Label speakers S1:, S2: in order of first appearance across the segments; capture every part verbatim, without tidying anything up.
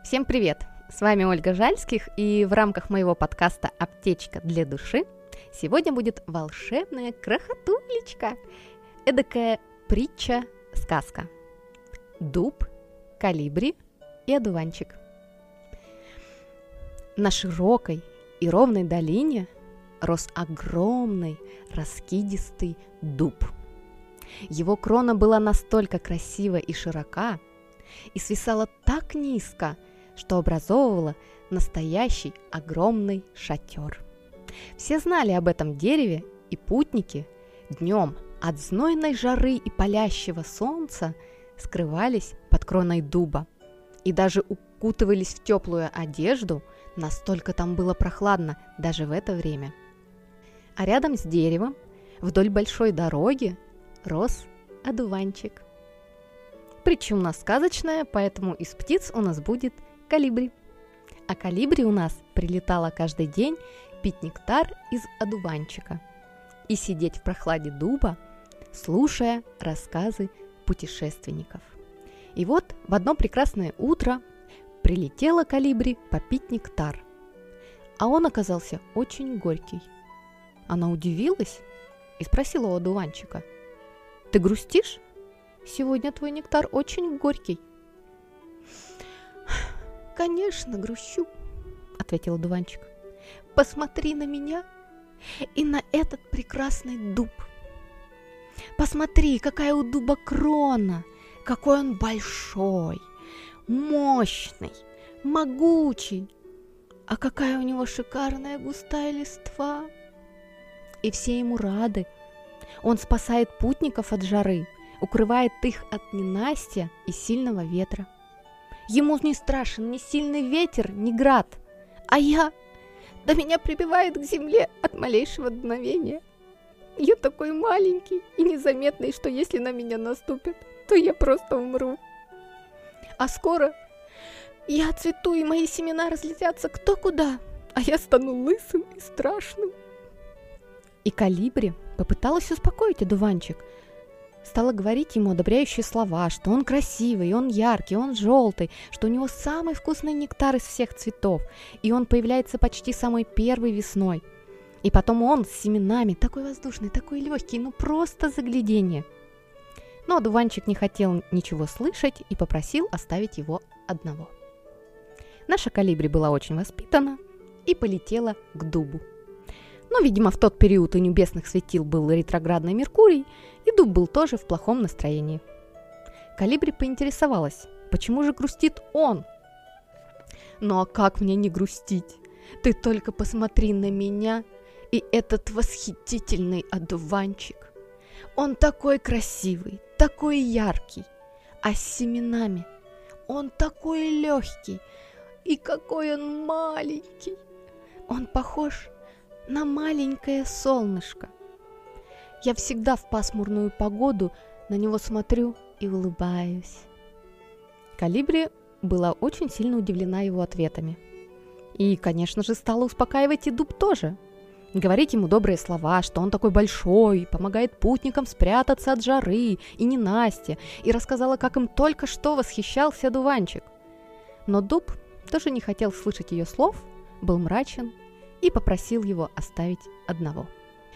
S1: Всем привет! С вами Ольга Жальских, и в рамках моего подкаста «Аптечка для души» сегодня будет волшебная крохотулечка, эдакая притча-сказка. Дуб, колибри и одуванчик. На широкой и ровной долине рос огромный раскидистый дуб. Его крона была настолько красива и широка, и свисала так низко, что образовывала настоящий огромный шатер. Все знали об этом дереве, и путники днем от знойной жары и палящего солнца скрывались под кроной дуба и даже укутывались в теплую одежду, настолько там было прохладно даже в это время. А рядом с деревом, вдоль большой дороги, рос одуванчик. Притча у нас сказочная, поэтому из птиц у нас будет колибри. А колибри у нас прилетала каждый день пить нектар из одуванчика и сидеть в прохладе дуба, слушая рассказы путешественников. И вот в одно прекрасное утро прилетела колибри попить нектар, а он оказался очень горький. Она удивилась и спросила у одуванчика: «Ты грустишь? Сегодня твой нектар очень горький». «Конечно, грущу», — ответил одуванчик. «Посмотри на меня и на этот прекрасный дуб. Посмотри, какая у дуба крона, какой он большой, мощный, могучий, а какая у него шикарная густая листва. И все ему рады. Он спасает путников от жары, укрывает их от ненастья и сильного ветра. Ему не страшен ни сильный ветер, ни град, а я, да меня прибивает к земле от малейшего дуновения. Я такой маленький и незаметный, что если на меня наступит, то я просто умру. А скоро я отцвету, и мои семена разлетятся кто куда, а я стану лысым и страшным». И колибри попыталась успокоить одуванчик, стала говорить ему одобряющие слова, что он красивый, он яркий, он желтый, что у него самый вкусный нектар из всех цветов, и он появляется почти самой первой весной. И потом он с семенами, такой воздушный, такой легкий, ну просто загляденье. Но одуванчик не хотел ничего слышать и попросил оставить его одного. Наша колибри была очень воспитана и полетела к дубу. Но, видимо, в тот период у небесных светил был ретроградный Меркурий, и дуб был тоже в плохом настроении. Колибри поинтересовалась, почему же грустит он. «Ну а как мне не грустить? Ты только посмотри на меня и этот восхитительный одуванчик. Он такой красивый, такой яркий, а с семенами он такой легкий, и какой он маленький. Он похож на маленькое солнышко. Я всегда в пасмурную погоду на него смотрю и улыбаюсь». Колибри была очень сильно удивлена его ответами. И, конечно же, стала успокаивать и дуб тоже. Говорить ему добрые слова, что он такой большой, помогает путникам спрятаться от жары и ненастья, и рассказала, как им только что восхищался одуванчик. Но дуб тоже не хотел слышать ее слов, был мрачен и попросил его оставить одного.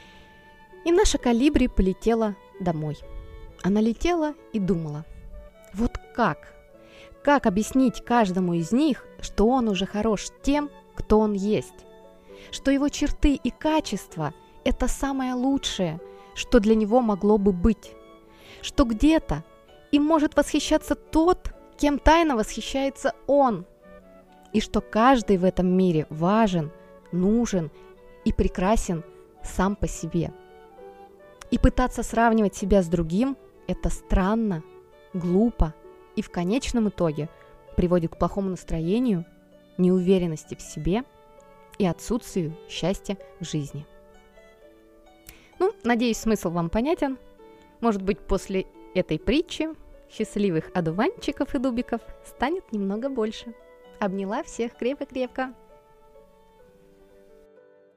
S1: И наша колибри полетела домой. Она летела и думала: вот как? Как объяснить каждому из них, что он уже хорош тем, кто он есть? Что его черты и качества – это самое лучшее, что для него могло бы быть? Что где-то им может восхищаться тот, кем тайно восхищается он? И что каждый в этом мире важен, нужен и прекрасен сам по себе. И пытаться сравнивать себя с другим – это странно, глупо и в конечном итоге приводит к плохому настроению, неуверенности в себе и отсутствию счастья в жизни. Ну, надеюсь, смысл вам понятен. Может быть, после этой притчи счастливых одуванчиков и дубиков станет немного больше. Обняла всех крепко-крепко.